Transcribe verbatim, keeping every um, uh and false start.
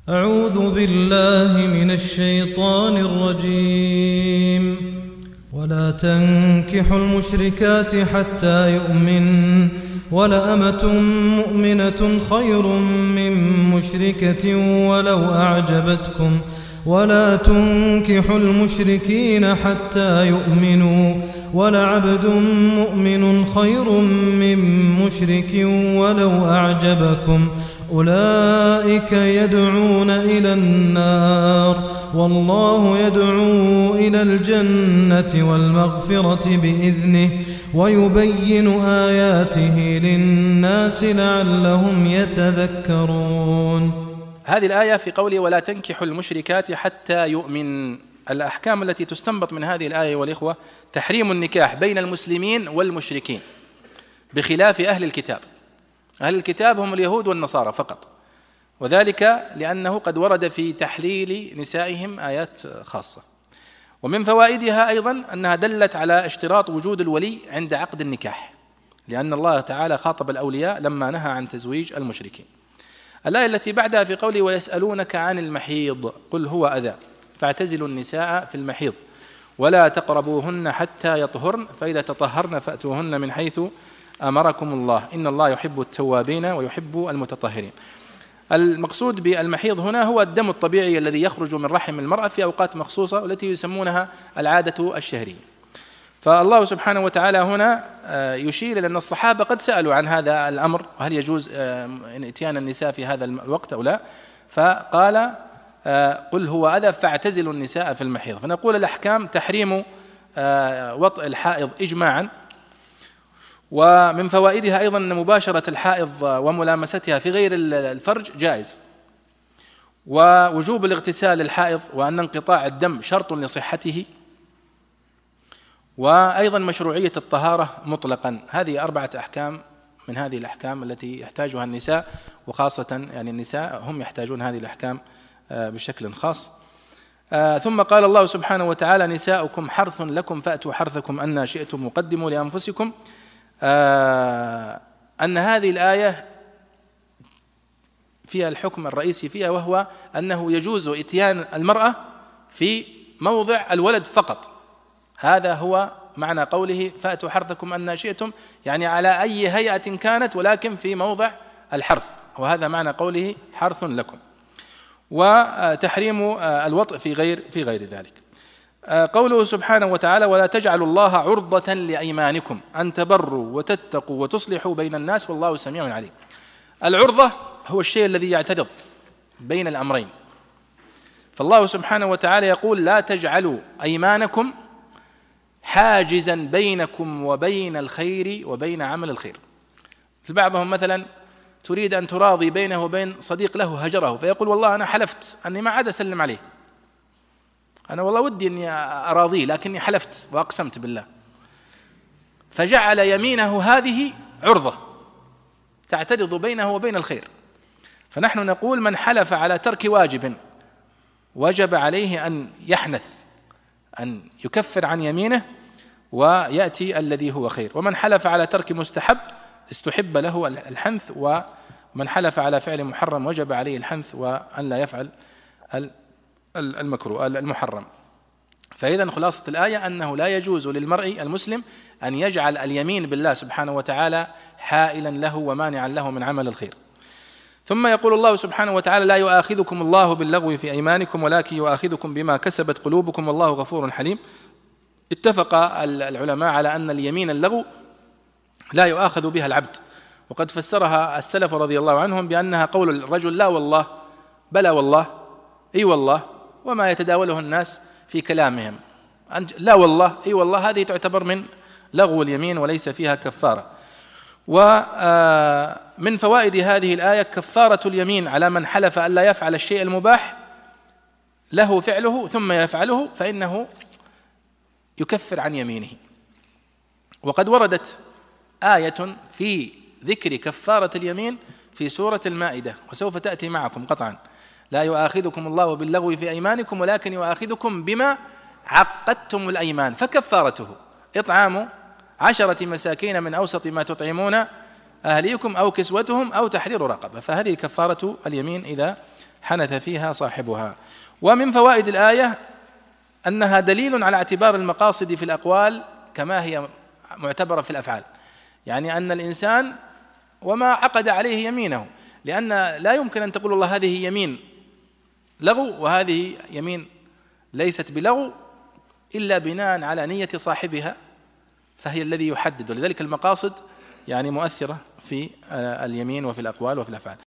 أعوذ بالله من الشيطان الرجيم. ولا تنكحوا المشركات حتى يؤمن ولأمة مؤمنة خير من مشركة ولو أعجبتكم ولا تنكحوا المشركين حتى يؤمنوا ولعبد مؤمن خير من مشرك ولو أعجبكم أولئك يدعون إلى النار والله يدعو إلى الجنة والمغفرة بإذنه ويبين آياته للناس لعلهم يتذكرون. هذه الآية في قوله ولا تنكحوا المشركات حتى يؤمن. الأحكام التي تستنبط من هذه الآية والإخوة تحريم النكاح بين المسلمين والمشركين بخلاف أهل الكتاب. أهل الكتاب هم اليهود والنصارى فقط، وذلك لأنه قد ورد في تحليل نسائهم آيات خاصة. ومن فوائدها أيضا أنها دلت على اشتراط وجود الولي عند عقد النكاح، لأن الله تعالى خاطب الأولياء لما نهى عن تزويج المشركين. الآية التي بعدها في قوله ويسألونك عن المحيض قل هو أذى فاعتزلوا النساء في المحيض ولا تقربوهن حتى يطهرن فإذا تطهرن فأتوهن من حيث أمركم الله إن الله يحب التوابين ويحب المتطهرين. المقصود بالمحيض هنا هو الدم الطبيعي الذي يخرج من رحم المرأة في أوقات مخصوصة والتي يسمونها العادة الشهرية. فالله سبحانه وتعالى هنا يشير إلى أن الصحابة قد سألوا عن هذا الأمر وهل يجوز إتيان النساء في هذا الوقت أو لا، فقال قل هو أذى فاعتزلوا النساء في المحيض. فنقول الأحكام تحريم وطئ الحائض إجماعا. ومن فوائدها أيضا أن مباشرة الحائض وملامستها في غير الفرج جائز، ووجوب الاغتسال للحائض وأن انقطاع الدم شرط لصحته، وأيضا مشروعية الطهارة مطلقا. هذه أربعة أحكام من هذه الأحكام التي يحتاجها النساء، وخاصة يعني النساء هم يحتاجون هذه الأحكام بشكل خاص. ثم قال الله سبحانه وتعالى نساؤكم حرث لكم فأتوا حرثكم أن شئتم وقدموا لأنفسكم. أن هذه الآية فيها الحكم الرئيسي فيها، وهو أنه يجوز إتيان المرأة في موضع الولد فقط. هذا هو معنى قوله فأتوا حرثكم أن شئتم، يعني على أي هيئة كانت ولكن في موضع الحرث، وهذا معنى قوله حرث لكم. وتحريم الوطء في غير في غير ذلك. قوله سبحانه وتعالى ولا تجعلوا الله عرضة لأيمانكم أن تبروا وتتقوا وتصلحوا بين الناس والله سميع عليم. العرضة هو الشيء الذي يعترض بين الأمرين، فالله سبحانه وتعالى يقول لا تجعلوا أيمانكم حاجزا بينكم وبين الخير وبين عمل الخير. بعضهم مثلا تريد أن تراضي بينه وبين صديق له هجره، فيقول والله أنا حلفت أني ما عاد أسلم عليه، أنا والله ودي أني أراضيه لكني حلفت وأقسمت بالله، فجعل يمينه هذه عرضة تعترض بينه وبين الخير. فنحن نقول من حلف على ترك واجب وجب عليه أن يحنث، أن يكفر عن يمينه ويأتي الذي هو خير. ومن حلف على ترك مستحب استحب له الحنث، ومن حلف على فعل محرم وجب عليه الحنث وأن لا يفعل المكروه المحرم. فإذا خلاصة الآية أنه لا يجوز للمرء المسلم أن يجعل اليمين بالله سبحانه وتعالى حائلا له ومانعا له من عمل الخير. ثم يقول الله سبحانه وتعالى لا يؤاخذكم الله باللغو في أيمانكم ولكن يؤاخذكم بما كسبت قلوبكم والله غفور حليم. اتفق العلماء على أن اليمين اللغو لا يؤاخذ بها العبد، وقد فسرها السلف رضي الله عنهم بأنها قول الرجل لا والله بلى والله اي والله، وما يتداوله الناس في كلامهم لا والله اي والله، هذه تعتبر من لغو اليمين وليس فيها كفارة. ومن فوائد هذه الآية كفارة اليمين على من حلف أن لا يفعل الشيء المباح له فعله ثم يفعله فإنه يكفر عن يمينه. وقد وردت آية في ذكر كفارة اليمين في سورة المائدة وسوف تأتي معكم قطعا لا يؤاخذكم الله باللغو في أيمانكم ولكن يؤاخذكم بما عقدتم الأيمان فكفارته إطعام عشرة مساكين من أوسط ما تطعمون أهليكم أو كسوتهم أو تحرير رقبة. فهذه كفارة اليمين إذا حنث فيها صاحبها. ومن فوائد الآية أنها دليل على اعتبار المقاصد في الأقوال كما هي معتبرة في الأفعال، يعني أن الإنسان وما عقد عليه يمينه، لأن لا يمكن أن تقول الله هذه يمين لغو وهذه يمين ليست بلغو إلا بناء على نية صاحبها، فهي الذي يحدد. ولذلك المقاصد يعني مؤثرة في اليمين وفي الأقوال وفي الأفعال.